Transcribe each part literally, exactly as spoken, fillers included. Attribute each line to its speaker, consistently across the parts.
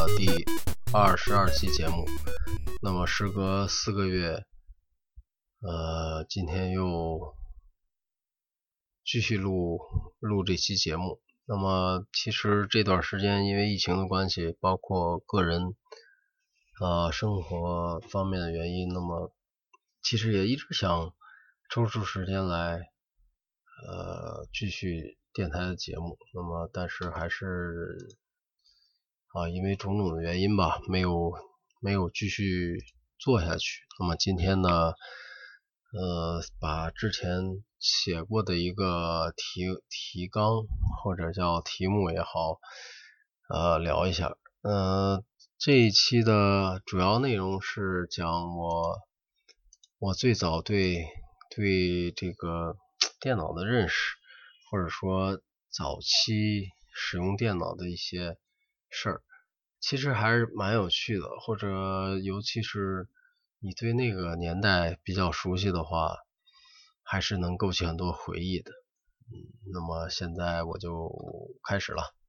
Speaker 1: 第二十二期节目。那么时隔四个月，呃，今天又继续录录这期节目。那么其实这段时间因为疫情的关系，包括个人呃生活方面的原因，那么其实也一直想抽出时间来呃继续电台的节目，那么但是还是啊因为种种的原因吧，没有没有继续做下去。那么今天呢呃把之前写过的一个提提纲或者叫题目也好呃聊一下。呃这一期的主要内容是讲我我最早对对这个电脑的认识，或者说早期使用电脑的一些事儿，其实还是蛮有趣的，或者尤其是你对那个年代比较熟悉的话，还是能勾起很多回忆的。嗯，那么现在我就开始了。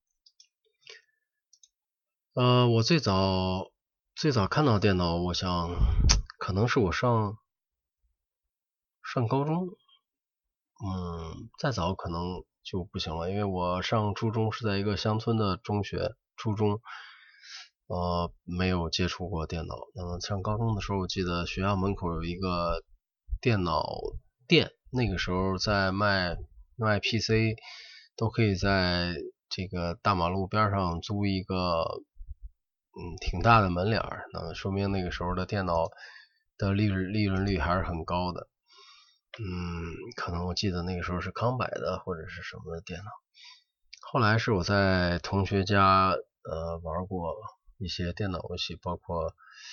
Speaker 1: 呃，我最早最早看到电脑，我想可能是我上上高中，嗯，再早可能就不行了，因为我上初中是在一个乡村的中学，初中呃没有接触过电脑。那么上高中的时候，我记得学校门口有一个电脑店，那个时候在卖卖 P C， 都可以在这个大马路边上租一个嗯挺大的门脸儿，那说明那个时候的电脑的利润利润率还是很高的。嗯，可能我记得那个时候是康柏的或者是什么的电脑。后来是我在同学家呃玩过一些电脑游戏，包括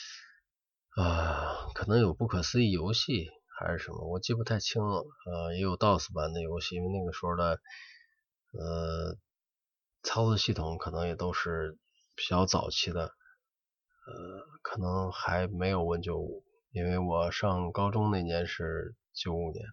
Speaker 1: 呃可能有不可思议游戏还是什么，我记不太清了。呃也有 DOS 版的游戏，因为那个时候的呃操作系统可能也都是比较早期的，呃可能还没有 Win 九五，因为我上高中那年是九五年。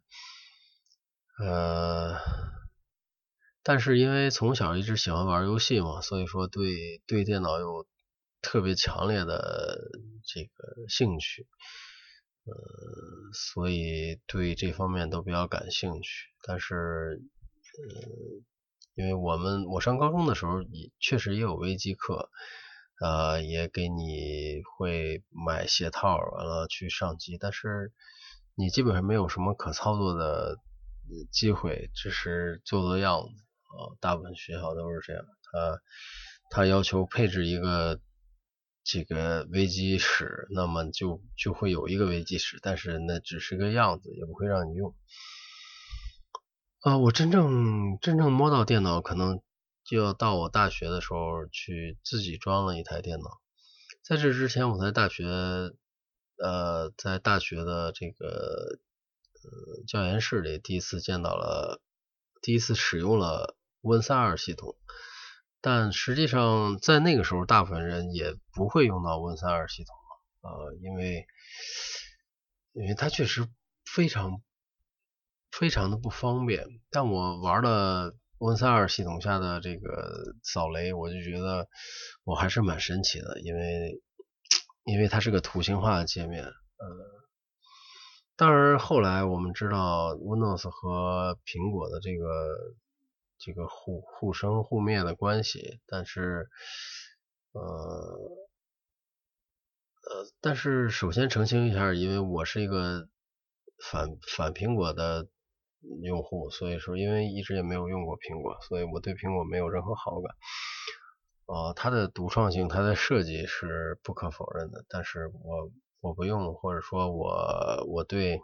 Speaker 1: 呃，但是因为从小一直喜欢玩游戏嘛，所以说对对电脑有特别强烈的这个兴趣，呃，所以对这方面都比较感兴趣。但是，呃，因为我们我上高中的时候也确实也有微机课，呃，也给你会买鞋套，完了去上机，但是你基本上没有什么可操作的机会，只是做做样子啊。大部分学校都是这样，他他要求配置一个这个微机室，那么就就会有一个微机室，但是那只是个样子，也不会让你用。啊，我真正真正摸到电脑，可能就要到我大学的时候去自己装了一台电脑。在这之前，我在大学，呃，在大学的这个呃教研室里，第一次见到了，第一次使用了 Win 三十二系统。但实际上，在那个时候，大部分人也不会用到 Win 三十二系统，呃，因为因为它确实非常非常的不方便。但我玩了 Win 三十二系统下的这个扫雷，我就觉得我还是蛮神奇的，因为因为它是个图形化的界面。呃，当然后来我们知道 Windows 和苹果的这个这个互互生互灭的关系，但是呃呃，但是首先澄清一下，因为我是一个反反苹果的用户，所以说因为一直也没有用过苹果，所以我对苹果没有任何好感。呃，它的独创性，它的设计是不可否认的，但是我我不用，或者说我我对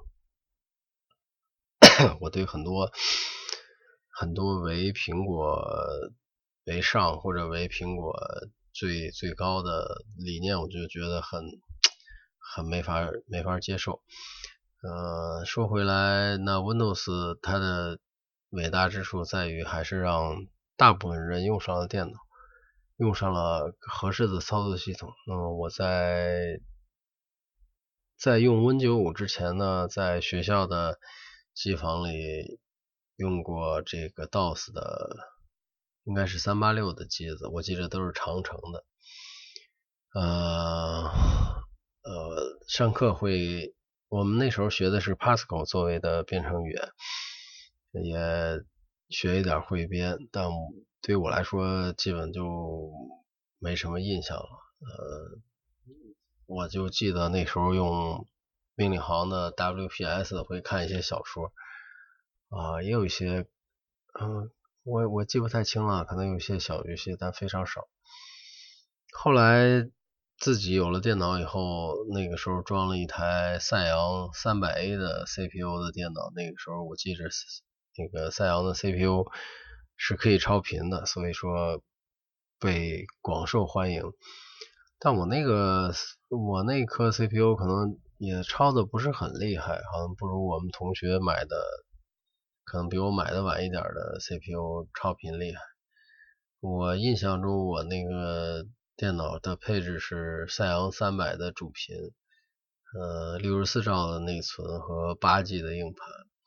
Speaker 1: 我对很多很多为苹果为上或者为苹果最最高的理念，我就觉得很很没法没法接受。呃，说回来，那 Windows 它的伟大之处在于还是让大部分人用上了电脑，用上了合适的操作系统。那么我在在用 Win 九五之前呢，在学校的机房里用过这个 DOS 的，应该是三八六的机子，我记得都是长城的。 呃呃，上课会，我们那时候学的是 Pascal 作为的编程语言，也学一点汇编，但对于我来说基本就没什么印象了。呃，我就记得那时候用命令行的 W P S 会看一些小说啊、呃，也有一些，嗯，我我记不太清了，可能有一些小游戏，但非常少。后来自己有了电脑以后，那个时候装了一台赛扬 三百A 的 C P U 的电脑，那个时候我记着那个赛扬的 C P U 是可以超频的，所以说被广受欢迎。但我那个我那颗 C P U 可能也超的不是很厉害，好像不如我们同学买的，可能比我买的晚一点的 C P U 超频厉害。我印象中我那个电脑的配置是赛扬三百的主频，呃六十四兆的内存和八 G 的硬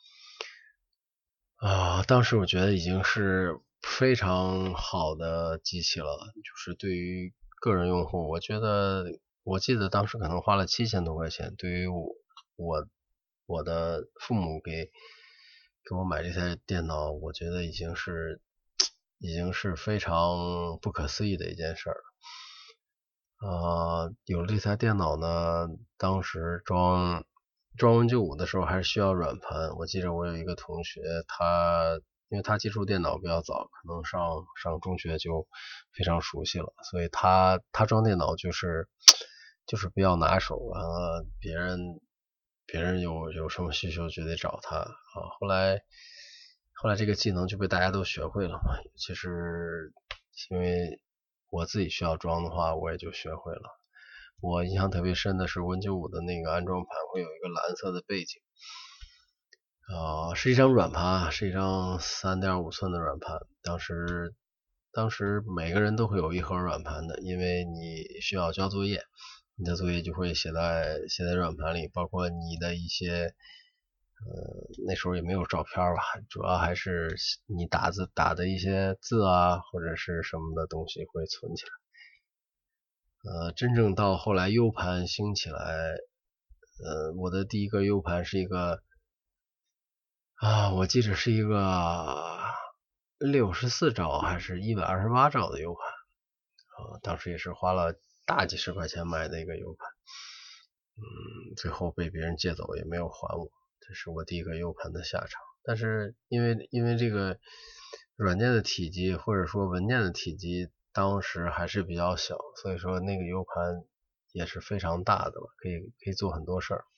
Speaker 1: 盘啊，当时我觉得已经是非常好的机器了，就是对于个人用户，我觉得我记得当时可能花了七千多块钱，对于我我我的父母给给我买这台电脑，我觉得已经是已经是非常不可思议的一件事儿了。呃，有了这台电脑呢，当时装装 Win 九五的时候还是需要软盘。我记得我有一个同学，他因为他接触电脑比较早，可能上上中学就非常熟悉了，所以他他装电脑就是就是比较拿手啊，别人别人有有什么需求就得找他啊。后来后来这个技能就被大家都学会了嘛，其实因为我自己需要装的话，我也就学会了。我印象特别深的是 Win 九五的那个安装盘会有一个蓝色的背景，啊、是一张软盘啊，是一张 三点五 寸的软盘。当时当时每个人都会有一盒软盘的，因为你需要交作业，你的作业就会写在写在软盘里，包括你的一些呃那时候也没有照片吧，主要还是你打字打的一些字啊或者是什么的东西会存起来。呃，真正到后来 U 盘兴起来，呃，我的第一个 U 盘是一个啊，我记得是一个六十四兆还是一百二十八兆的 U 盘啊，当时也是花了大几十块钱买的一个 U 盘，嗯，最后被别人借走也没有还我，这是我第一个 U 盘的下场。但是因为因为这个软件的体积或者说文件的体积当时还是比较小，所以说那个 U 盘也是非常大的，可以可以做很多事儿。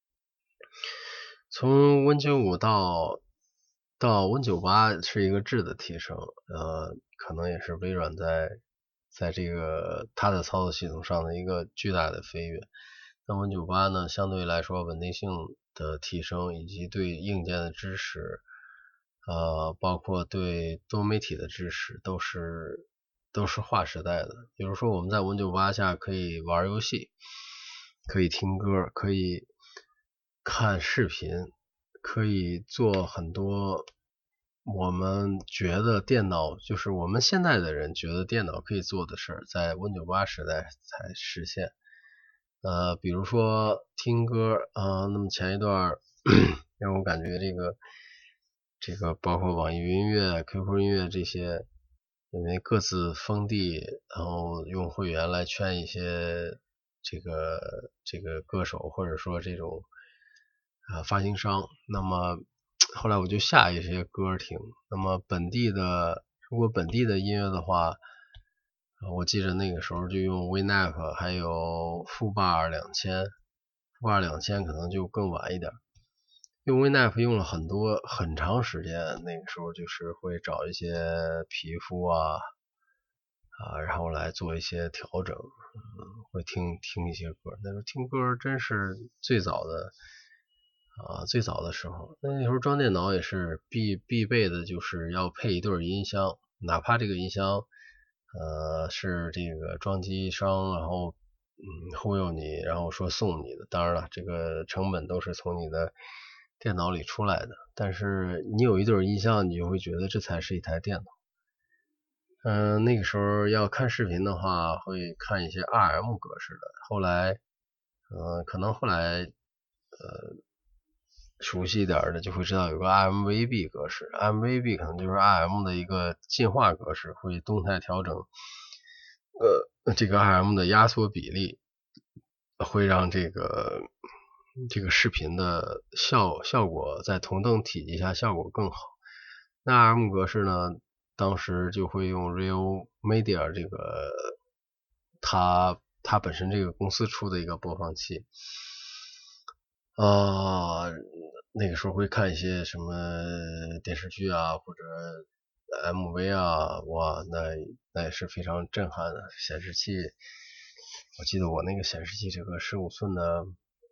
Speaker 1: 从 Win 九五到到 Win 九八是一个质的提升，呃，可能也是微软在在这个它的操作系统上的一个巨大的飞跃。那 Win 九八呢，相对来说稳定性的提升以及对硬件的支持，呃，包括对多媒体的支持，都是都是划时代的。比如说我们在 Win 九八下可以玩游戏，可以听歌，可以看视频，可以做很多我们觉得电脑就是我们现在的人觉得电脑可以做的事儿，在 Win 九八时代才实现。呃，比如说听歌啊、呃，那么前一段让我感觉这个这个包括网易云音乐、Q Q 音乐这些，因为各自封闭，然后用会员来圈一些这个这个歌手或者说这种啊、呃、发行商，那么后来我就下一些歌听。那么本地的，如果本地的音乐的话，我记得那个时候就用 Winamp 还有富霸两千，富霸两千可能就更晚一点。用 Winamp 用了很多很长时间，那个时候就是会找一些皮肤啊啊，然后来做一些调整，嗯，会听听一些歌。那时候听歌真是最早的啊，最早的时候，那时候装电脑也是必必备的，就是要配一对音箱，哪怕这个音箱呃是这个装机商然后嗯忽悠你，然后说送你的，当然了，这个成本都是从你的电脑里出来的，但是你有一对音箱，你就会觉得这才是一台电脑。 嗯、呃，那个时候要看视频的话，会看一些 R M 格式的。后来，呃，可能后来，呃，熟悉一点的就会知道有个 R M V B 格式 ，R M V B 可能就是 R M 的一个进化格式，会动态调整，呃，这个 R M 的压缩比例，会让这个这个视频的效效果在同等体积下效果更好。那 R M 格式呢？当时就会用 Real Media 这个它它本身这个公司出的一个播放器，啊、呃，那个时候会看一些什么电视剧啊，或者 M V 啊，哇，那那也是非常震撼的。显示器，我记得我那个显示器这个十五寸的，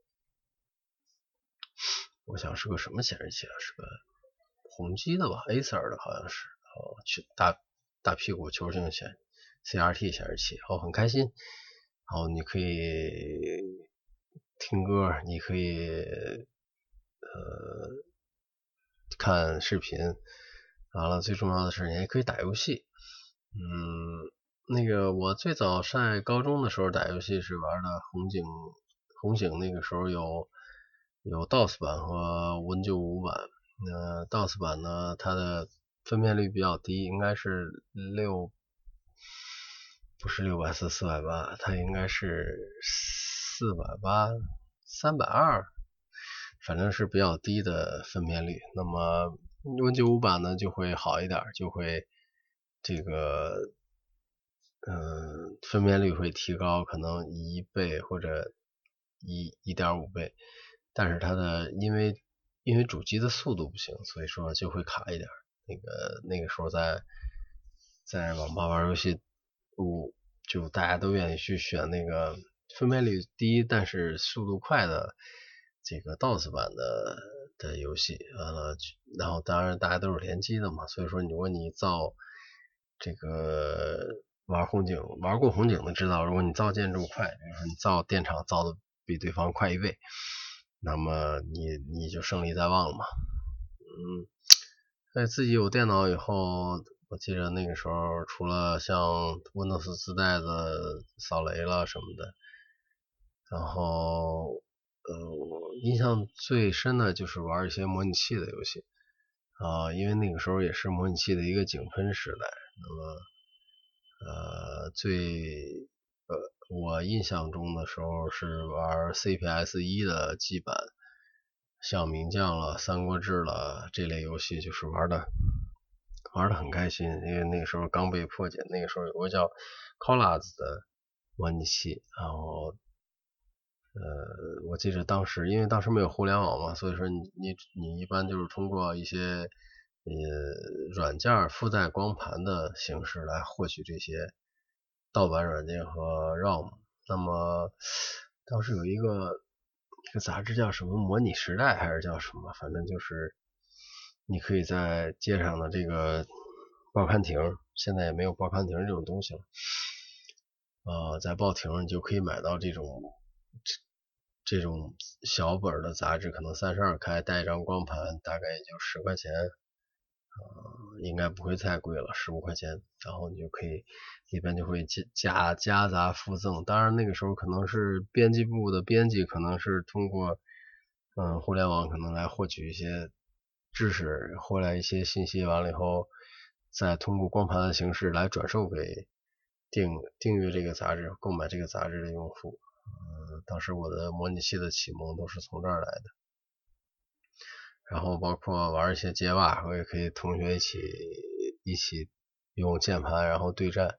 Speaker 1: 我想是个什么显示器啊？是个宏基的吧 ，Acer 的好像是。哦，去大大屁股球形显 C R T 显示器，哦，很开心。然后你可以听歌，你可以呃看视频，完了最重要的是你还可以打游戏。嗯，那个我最早在高中的时候打游戏是玩的红警，红警那个时候有有 DOS 版和 Win 九五版。那 DOS 版呢，它的分辨率比较低，应该是六，不是六百四、四百八，它应该是四百八、三百二，反正是比较低的分辨率。那么 Win 九五版呢就会好一点，就会这个嗯分辨率会提高，可能一倍或者一一点五倍，但是它的因为因为主机的速度不行，所以说就会卡一点。那个那个时候在在网吧玩游戏，我就大家都愿意去选那个分辨率低但是速度快的这个 DOS 版的的游戏，呃，然后当然大家都是联机的嘛，所以说如果你造这个玩红警玩过红警的知道，如果你造建筑快，比如说你造电厂造的比对方快一倍，那么你你就胜利在望了嘛。嗯，在自己有电脑以后，我记得那个时候除了像 Windows 自带的扫雷了什么的，然后呃印象最深的就是玩一些模拟器的游戏啊、呃，因为那个时候也是模拟器的一个井喷时代。那么呃最呃我印象中的时候是玩 C P S 一的基版，像名将了、三国志了这类游戏，就是玩的玩的很开心，因为那个时候刚被破解，那个时候有个叫 Colors 的模拟器，然后呃，我记得当时因为当时没有互联网嘛，所以说你你你一般就是通过一些呃软件附带光盘的形式来获取这些盗版软件和 ROM。那么当时有一个一个杂志叫什么模拟时代还是叫什么，反正就是你可以在街上的这个报刊亭，现在也没有报刊亭这种东西了，呃，在报亭你就可以买到这种这种小本的杂志，可能三十二开，带一张光盘，大概也就十块钱，呃，应该不会太贵了，十五块钱，然后你就可以里边就会加夹杂附赠。当然那个时候可能是编辑部的编辑，可能是通过嗯互联网可能来获取一些知识，获来一些信息，完了以后再通过光盘的形式来转售给订订阅这个杂志、购买这个杂志的用户。呃，当时我的模拟器的启蒙都是从这儿来的。然后包括玩一些街霸，我也可以同学一起一起用键盘然后对战，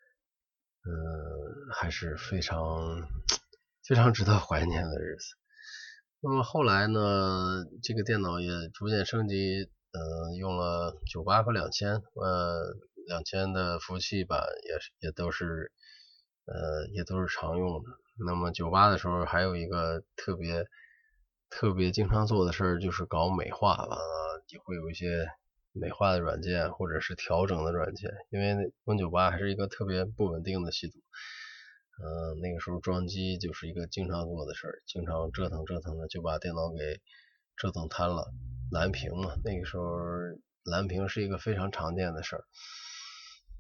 Speaker 1: 嗯，还是非常非常值得怀念的日子。那么后来呢，这个电脑也逐渐升级，呃，用了九八和两千，呃，两千的服务器版也是也都是呃也都是常用的。那么九八的时候还有一个特别特别经常做的事儿就是搞美化，完了也会有一些美化的软件或者是调整的软件，因为 Win 九八还是一个特别不稳定的系统。呃，那个时候装机就是一个经常做的事儿，经常折腾折腾的就把电脑给折腾瘫了。蓝屏嘛，那个时候蓝屏是一个非常常见的事儿。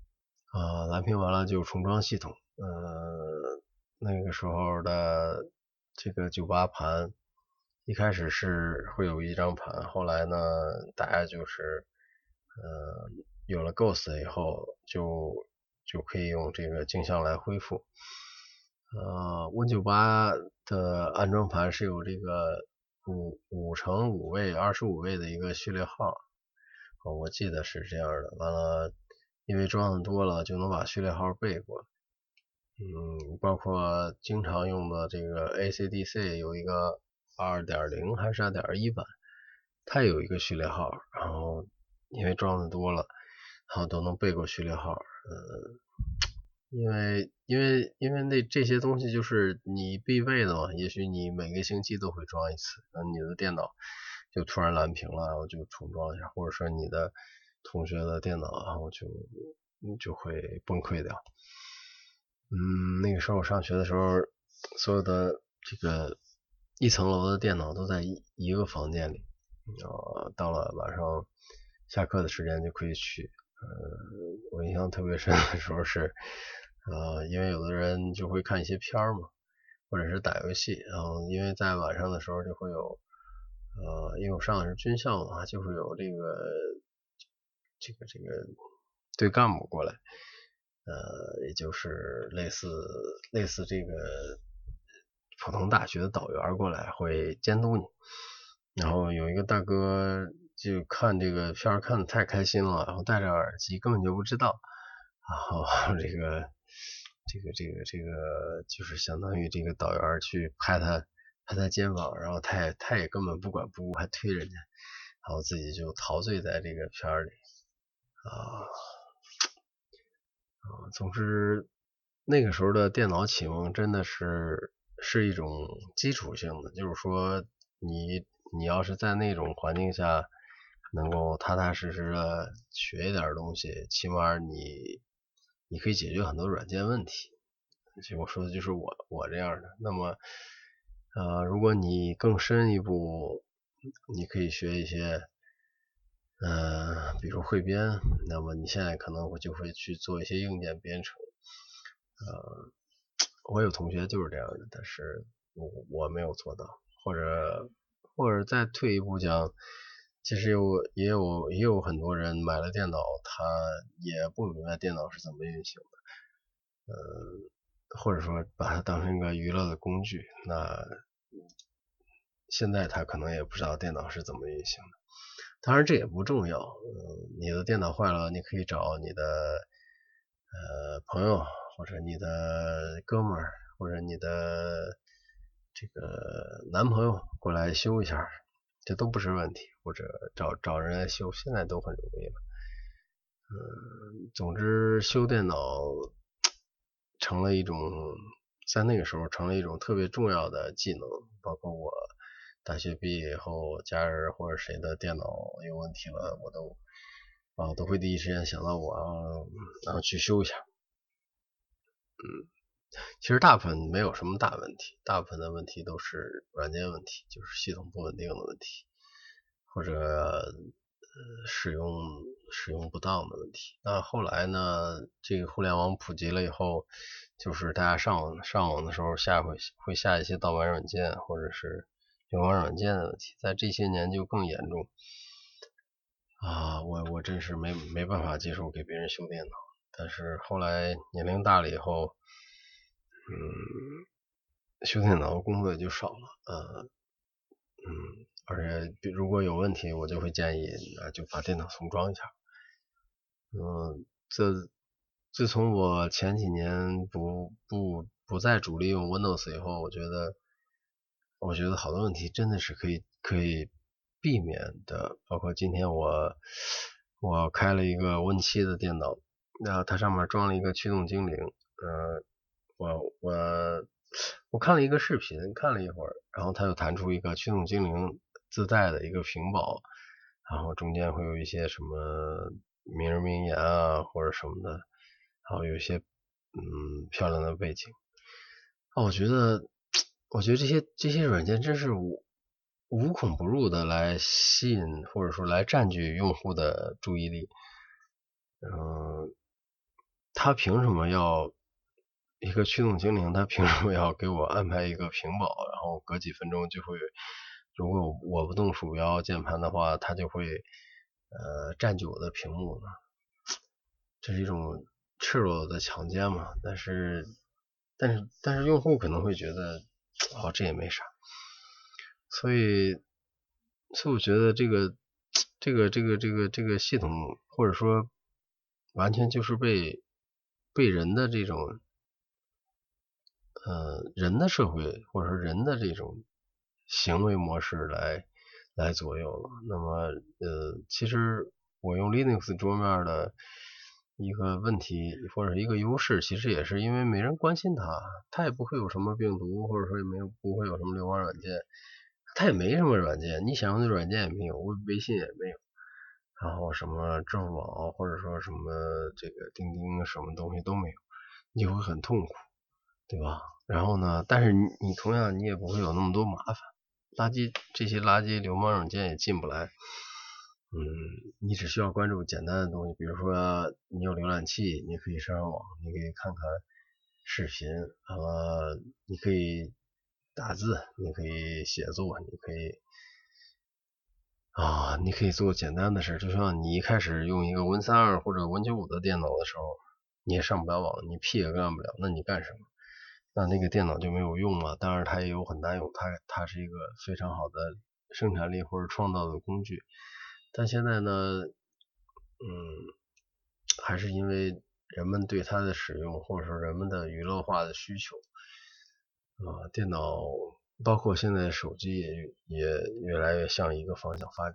Speaker 1: 啊、呃，蓝屏完了就重装系统。呃，那个时候的这个九八盘，一开始是会有一张盘，后来呢，大家就是呃有了 Ghost 以后，就就可以用这个镜像来恢复。呃 ，Win 九八的安装盘是有这个五五乘五位、二十五位的一个序列号，哦，我记得是这样的。完了，因为装的多了，就能把序列号背过。嗯，包括经常用的这个 A C D C 有一个 二点零 还是 二点一 版，它有一个序列号，然后因为装的多了，然后都能背过序列号。呃，因为因为因为那这些东西就是你必备的嘛，也许你每个星期都会装一次，那你的电脑就突然蓝屏了，然后就重装一下，或者说你的同学的电脑，然后就就会崩溃掉。嗯，那个时候我上学的时候，所有的这个一层楼的电脑都在一一个房间里，呃，到了晚上下课的时间就可以去。呃，我印象特别深的时候是，呃，因为有的人就会看一些片儿嘛，或者是打游戏，然后因为在晚上的时候就会有，呃，因为我上的是军校嘛，就会有这个这个这个对干部过来。呃，也就是类似类似这个普通大学的导员过来会监督你，然后有一个大哥就看这个片看的太开心了，然后戴着耳机根本就不知道，然后这个这个这个这个就是相当于这个导员去拍他拍他肩膀，然后他也他也根本不管不顾，还推人家，然后自己就陶醉在这个片里啊。啊，总之那个时候的电脑启蒙真的是是一种基础性的，就是说你你要是在那种环境下能够踏踏实实的学一点东西，起码你你可以解决很多软件问题。其实我说的就是我我这样的。那么呃，如果你更深一步，你可以学一些呃，比如汇编，那么你现在可能会就会去做一些硬件编程。呃，我有同学就是这样的，但是我我没有做到，或者或者再退一步讲，其实有也有也有很多人买了电脑，他也不明白电脑是怎么运行的，呃，或者说把它当成一个娱乐的工具，那现在他可能也不知道电脑是怎么运行的。当然这也不重要，嗯，你的电脑坏了，你可以找你的呃朋友，或者你的哥们儿，或者你的这个男朋友过来修一下，这都不是问题，或者找找人来修，现在都很容易了。嗯，总之修电脑成了一种，在那个时候成了一种特别重要的技能，包括我大学毕业以后，家人或者谁的电脑有问题了，我都啊都会第一时间想到我，然后去修一下。嗯，其实大部分没有什么大问题，大部分的问题都是软件问题，就是系统不稳定的问题，或者呃使用使用不当的问题。那后来呢，这个互联网普及了以后，就是大家上网上网的时候下会会下一些盗版软件或者是流氓软件的问题，在这些年就更严重啊！我我真是没没办法接受给别人修电脑，但是后来年龄大了以后，嗯，修电脑工作也就少了，呃，嗯，而且如果有问题，我就会建议那就把电脑重装一下。嗯，这自从我前几年不不不再主力用 Windows 以后，我觉得我觉得好多问题真的是可以可以避免的，包括今天我我开了一个 Win 七的电脑，那它上面装了一个驱动精灵，呃，我我我看了一个视频，看了一会儿，然后它又弹出一个驱动精灵自带的一个屏保，然后中间会有一些什么名人名言啊或者什么的，然后有一些嗯漂亮的背景。啊，我觉得我觉得这些这些软件真是无无孔不入的来吸引或者说来占据用户的注意力。嗯， 他凭什么要一个驱动精灵，他凭什么要给我安排一个屏保，然后隔几分钟就会，如果我不动鼠标键盘的话，它就会呃占据我的屏幕呢？这是一种赤裸的强奸嘛？但是但是但是用户可能会觉得哦这也没啥，所以所以我觉得这个这个这个这个这个系统或者说完全就是被被人的这种呃人的社会或者说人的这种行为模式来来左右了。那么呃其实我用 Linux 桌面的一个问题或者一个优势，其实也是因为没人关心它，它也不会有什么病毒，或者说也没有不会有什么流氓软件，它也没什么软件，你想用的软件也没有，微微信也没有，然后什么支付宝或者说什么这个钉钉什么东西都没有，你会很痛苦，对吧？然后呢，但是你你同样你也不会有那么多麻烦，垃圾这些垃圾流氓软件也进不来。嗯，你只需要关注简单的东西，比如说你有浏览器，你可以上上网，你可以看看视频，呃，你可以打字，你可以写作，你可以啊，你可以做简单的事，就像你一开始用一个 Win 三十二或者 Win 九十五的电脑的时候，你也上不了网，你屁也干不了，那你干什么？那那个电脑就没有用嘛？当然它也有很大用，它它是一个非常好的生产力或者创造的工具。但现在呢，嗯，还是因为人们对它的使用，或者说人们的娱乐化的需求，啊、呃，电脑包括现在手机也也越来越向一个方向发展。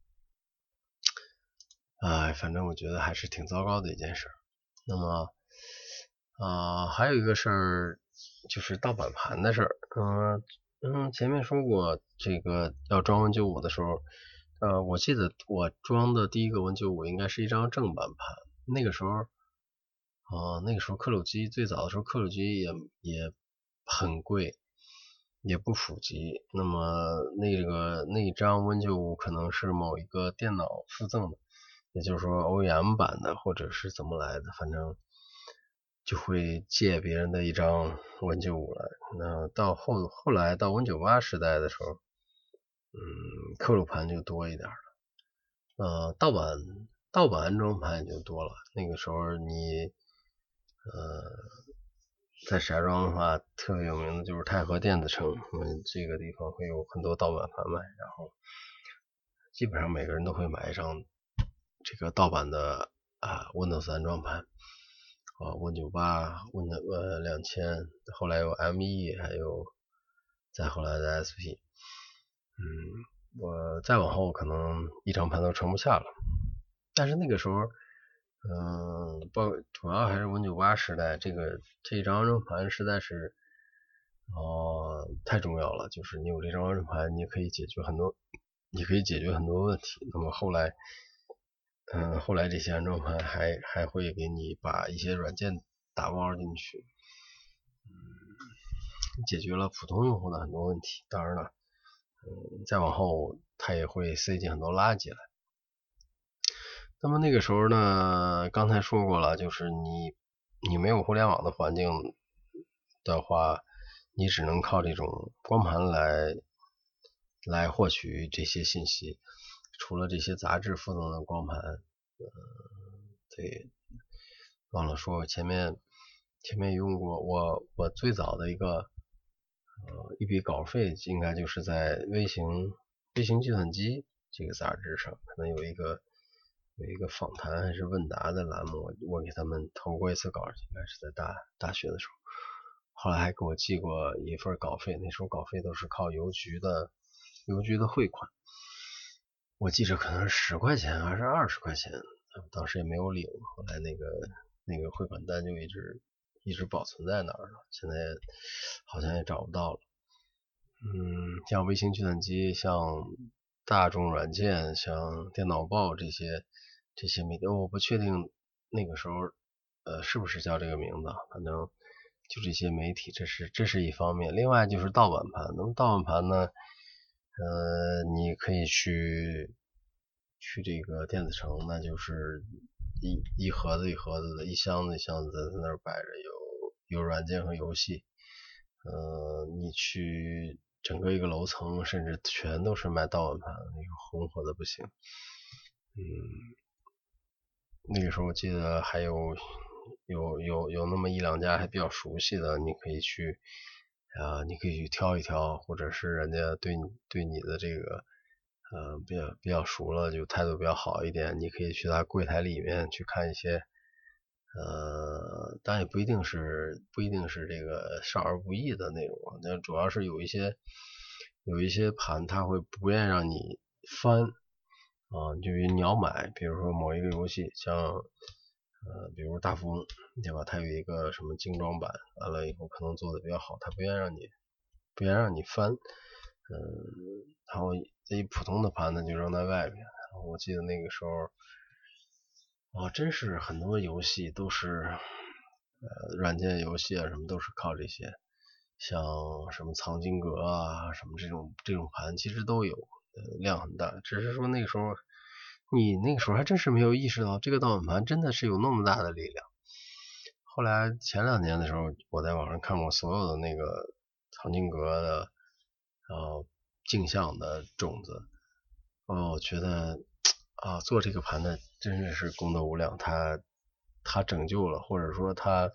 Speaker 1: 哎，反正我觉得还是挺糟糕的一件事。那么，啊、呃，还有一个事儿就是盗版盘的事儿。嗯嗯，前面说过，这个要装 Win 九十五的时候。呃，我记得我装的第一个 Win 九十五应该是一张正版盘，那个时候，呃，那个时候刻录机最早的时候刻录机也也很贵，也不普及。那么那个那张 Win 九十五可能是某一个电脑附赠的，也就是说 O E M 版的，或者是怎么来的，反正就会借别人的一张 Win 九十五来。那到后后来到 Win 九十八时代的时候。嗯，刻录盘就多一点了，呃，盗版盗版安装盘也就多了。那个时候你，呃，在石家庄的话，特别有名的就是太和电子城，嗯，这个地方会有很多盗版盘卖，然后基本上每个人都会买一张这个盗版的啊 Windows 安装盘，啊 Win 九十八、Win 呃两千，后来有 M 一，还有再后来的 S P。嗯，我再往后可能一张盘都盛不下了。但是那个时候，嗯，包主要还是 Win 九十八时代，这个这张安装盘实在是，哦、呃，太重要了。就是你有这张安装盘，你可以解决很多，你可以解决很多问题。那么后来，嗯，后来这些安装盘还还会给你把一些软件打包进去，嗯，解决了普通用户的很多问题。当然了。嗯，再往后它也会塞进很多垃圾来。那么那个时候呢，刚才说过了，就是你你没有互联网的环境的话，你只能靠这种光盘来来获取这些信息。除了这些杂志附赠的光盘，呃，对，忘了说前面前面用过，我我最早的一个。呃，一笔稿费应该就是在微型微型计算机这个杂志上，可能有一个有一个访谈还是问答的栏目，我我给他们投过一次稿，应该是在大大学的时候，后来还给我寄过一份稿费，那时候稿费都是靠邮局的邮局的汇款，我记着可能是十块钱还是二十块钱，当时也没有领，后来那个那个汇款单就一直。一直保存在那儿了，现在好像也找不到了。嗯，像微型计算机，像大众软件，像电脑报这些这些媒体，我不确定那个时候呃是不是叫这个名字，反正就这些媒体，这是这是一方面。另外就是盗版盘，那么盗版盘呢，呃，你可以去去这个电子城，那就是一一盒子一盒子的，一箱子一箱子的在那儿摆着，有有软件和游戏。呃，你去整个一个楼层，甚至全都是卖盗版盘，那个红火的不行。嗯，那个时候我记得还有有有有那么一两家还比较熟悉的，你可以去啊、呃，你可以去挑一挑，或者是人家对你对你的这个呃比较比较熟了，就态度比较好一点，你可以去他柜台里面去看一些。呃，当然也不一定是不一定是这个少儿不宜的内容，那主要是有一些有一些盘他会不愿让你翻啊，就你要买，比如说某一个游戏，像呃，比如大富翁，对吧？它有一个什么精装版，完了以后可能做的比较好，它不愿让你不愿让你翻，嗯，然后这一普通的盘呢就扔在外面。然后我记得那个时候。哦，真是很多游戏都是，呃，软件游戏啊，什么都是靠这些，像什么藏经阁啊，什么这种这种盘，其实都有，呃，量很大。只是说那个时候，你那个时候还真是没有意识到，这个盗版盘真的是有那么大的力量。后来前两年的时候，我在网上看过所有的那个藏经阁的，然后镜像的种子，哦，我觉得。啊，做这个盘的真是功德无量，他他拯救了，或者说他，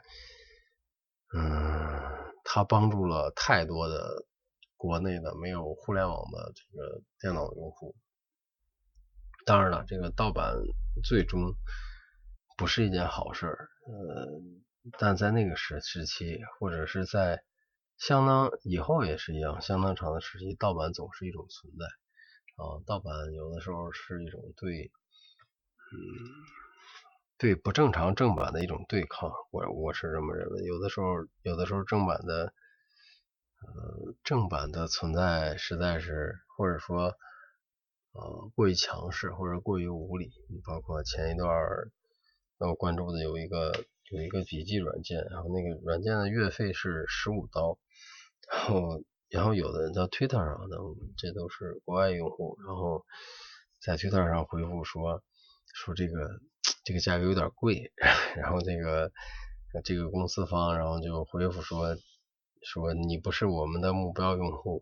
Speaker 1: 嗯，他帮助了太多的国内的没有互联网的这个电脑用户。当然了，这个盗版最终不是一件好事，呃，但在那个时时期，或者是在相当以后也是一样，相当长的时期，盗版总是一种存在。啊，盗版有的时候是一种对。嗯，对不正常正版的一种对抗，我我是这么认为。有的时候，有的时候正版的，呃，正版的存在实在是，或者说，呃，过于强势或者过于无理。包括前一段让我关注的有一个有一个笔记软件，然后那个软件的月费是十五刀，然后然后有的人在 Twitter 上的，这都是国外用户，然后在 Twitter 上回复说。说这个这个价格有点贵，然后这个这个公司方然后就回复说说你不是我们的目标用户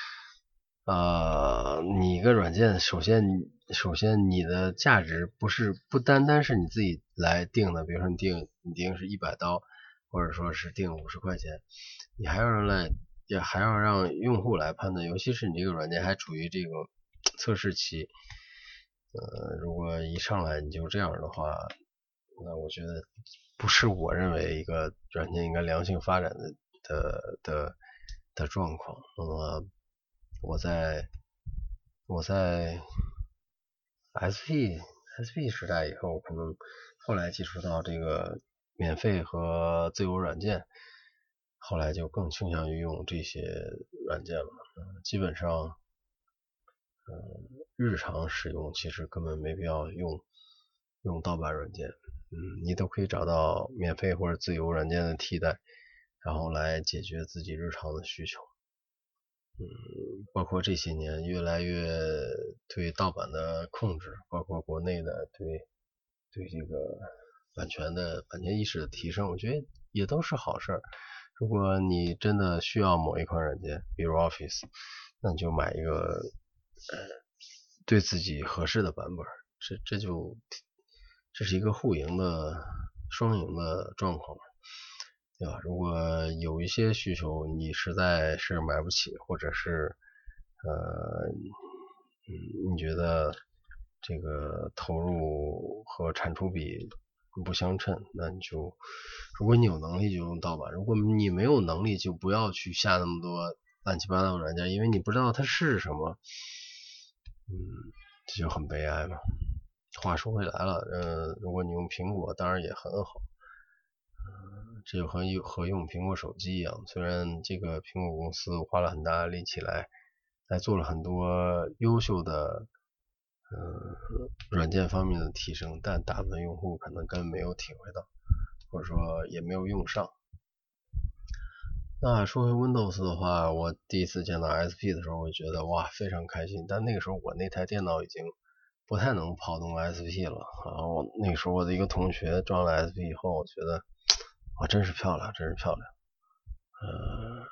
Speaker 1: 啊、呃，你一个软件首先首先你的价值不是不单单是你自己来定的，比如说你定你定是一百刀，或者说是定五十块钱，你还要让来也还要让用户来判断，尤其是你这个软件还处于这个测试期。呃，如果一上来你就这样的话，那我觉得不是我认为一个软件应该良性发展的的的的状况。那么我在我在 S P S P 时代以后，可能后来接触到这个免费和自由软件，后来就更倾向于用这些软件了。呃、基本上。呃，日常使用其实根本没必要用用盗版软件，嗯，你都可以找到免费或者自由软件的替代，然后来解决自己日常的需求。嗯，包括这些年越来越对盗版的控制，包括国内的对对这个版权的版权意识的提升，我觉得也都是好事。如果你真的需要某一款软件，比如 Office，那你就买一个呃，对自己合适的版本，这这就这是一个互赢的双赢的状况，对吧？如果有一些需求你实在是买不起，或者是呃，嗯，你觉得这个投入和产出比不相称，那你就如果你有能力就用盗版，如果你没有能力就不要去下那么多乱七八糟的软件，因为你不知道它是什么。嗯，这就很悲哀嘛。话说回来了，呃，如果你用苹果，当然也很好。呃，这就和和用苹果手机一样，虽然这个苹果公司花了很大力气来来做了很多优秀的呃软件方面的提升，但大部分用户可能根本没有体会到，或者说也没有用上。那说回 Windows 的话，我第一次见到 S P 的时候，我觉得哇非常开心，但那个时候我那台电脑已经不太能跑动 S P 了。然后那个时候我的一个同学装了 S P 以后，我觉得哇，真是漂亮，真是漂亮。呃，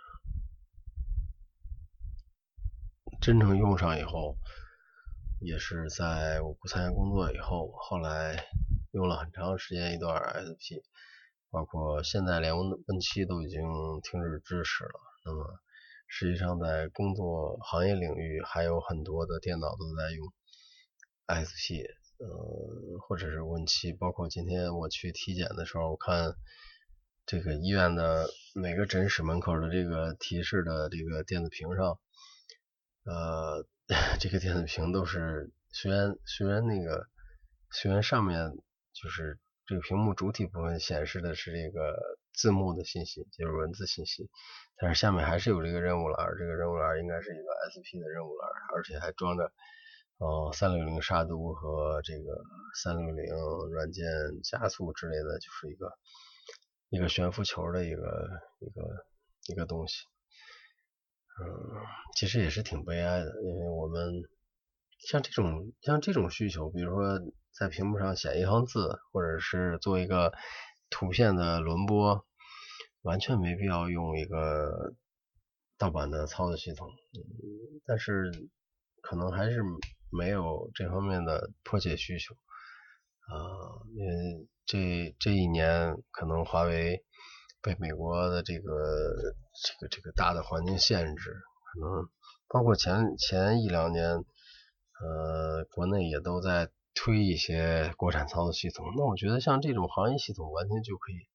Speaker 1: 真正用上以后，也是在我不参加工作以后，后来用了很长时间一段 S P， 包括现在连 Win 七都已经停止支持了。那么实际上在工作行业领域还有很多的电脑都在用 S P， 呃，或者是 Win 七，包括今天我去体检的时候，我看这个医院的每个诊室门口的这个提示的这个电子屏上，呃，这个电子屏都是虽然虽然那个虽然上面就是这个屏幕主体部分显示的是这个字幕的信息，就是文字信息，但是下面还是有这个任务栏，这个任务栏应该是一个 S P 的任务栏，而且还装着呃三六零杀毒和这个三六零软件加速之类的，就是一个一个悬浮球的一个一个一个东西。嗯，其实也是挺悲哀的，因为我们像这种像这种需求，比如说在屏幕上写一行字，或者是做一个图片的轮播，完全没必要用一个盗版的操作系统。嗯，但是可能还是没有这方面的迫切需求啊，因为这这一年可能华为被美国的这个这个这个大的环境限制，可能包括前前一两年，呃，国内也都在推一些国产操作系统。那我觉得像这种行业系统完全就可以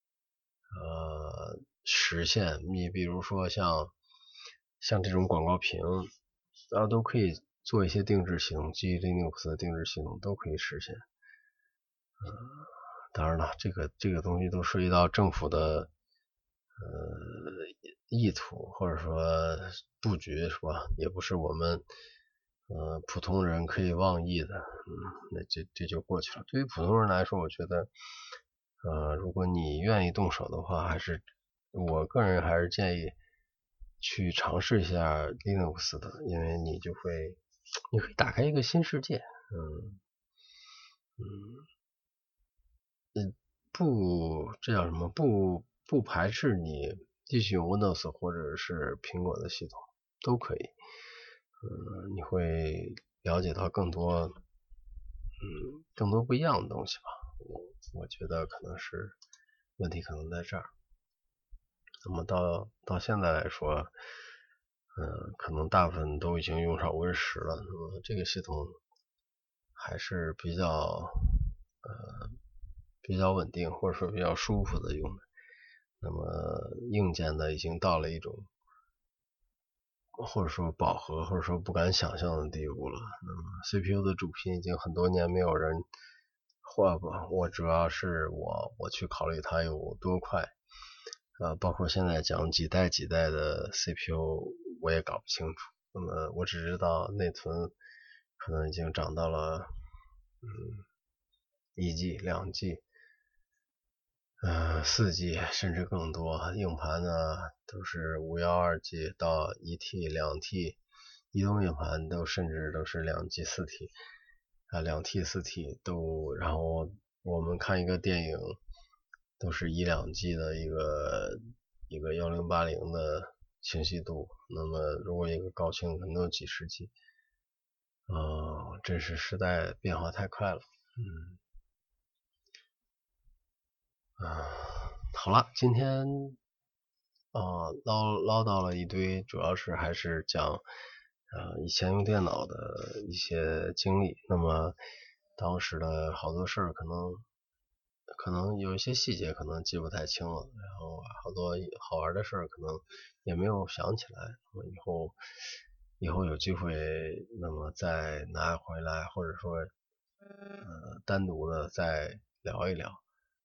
Speaker 1: 呃实现。你比如说像像这种广告屏，然后都可以做一些定制系统，基于 Linux 的定制系统都可以实现。呃，当然了，这个这个东西都涉及到政府的呃意图或者说布局，是吧？也不是我们呃普通人可以妄议的。嗯，那这这就过去了。对于普通人来说，我觉得呃如果你愿意动手的话，还是我个人还是建议去尝试一下 Linux 的，因为你就会你可以打开一个新世界。嗯嗯。嗯，不，这叫什么？不不排斥你继续用 Windows 或者是苹果的系统，都可以。嗯，你会了解到更多，嗯，更多不一样的东西吧。我我觉得可能是问题可能在这儿。那么到到现在来说，嗯，可能大部分都已经用上 Win 十了。那么这个系统还是比较呃比较稳定，或者说比较舒服的用的。那么硬件呢，已经到了一种或者说饱和，或者说不敢想象的地步了。那么 C P U 的主频已经很多年没有人换吧，我主要是我我去考虑它有多快，呃，包括现在讲几代几代的 C P U 我也搞不清楚。那么我只知道内存可能已经涨到了嗯一 G 两 G。呃，四 G 甚至更多，硬盘呢都是五幺二 G 到一 T、两 T，移动硬盘都甚至都是两 G、四 T 啊，两 T、四 T 都，然后我们看一个电影都是一两 G 的一个一个一零八零的清晰度，那么如果一个高清可能有几十 G， 啊、呃，真是时代变化太快了，嗯。啊，好了，今天啊唠唠叨了一堆，主要是还是讲呃以前用电脑的一些经历。那么当时的好多事儿，可能可能有一些细节可能记不太清了，然后好多好玩的事儿可能也没有想起来。那么以后以后有机会，那么再拿回来，或者说呃单独的再聊一聊。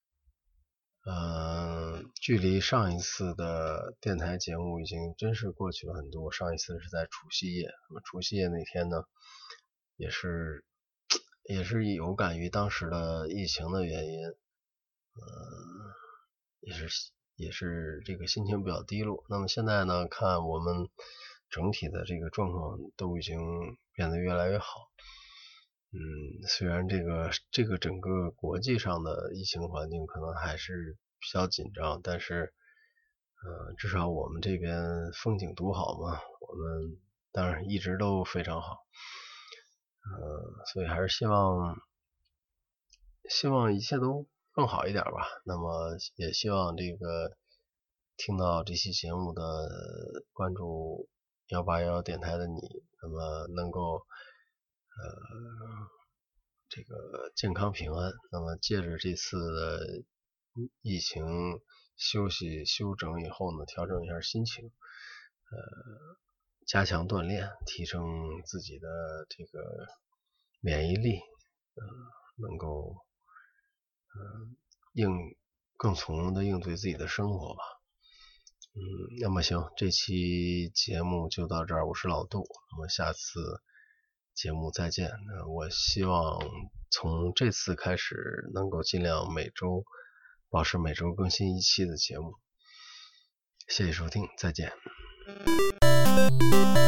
Speaker 1: 呃，距离上一次的电台节目已经真是过去了很多。上一次是在除夕夜，那么除夕夜那天呢，也是也是有感于当时的疫情的原因，呃，也是也是这个心情比较低落。那么现在呢，看我们整体的这个状况都已经变得越来越好。 嗯，虽然这个这个整个国际上的疫情环境可能还是比较紧张，但是呃，至少我们这边风景独好嘛，我们当然一直都非常好，呃，所以还是希望希望一切都更好一点吧。那么也希望这个听到这期节目的关注一八一一电台的你，那么能够呃这个健康平安。那么借着这次的疫情休息休整以后呢，调整一下心情，呃，加强锻炼，提升自己的这个免疫力，呃，能够呃应更从容的应对自己的生活吧。嗯，那么行，这期节目就到这儿，我是老杜，那么下次节目再见。那我希望从这次开始能够尽量每周保持每周更新一期的节目。谢谢收听，再见。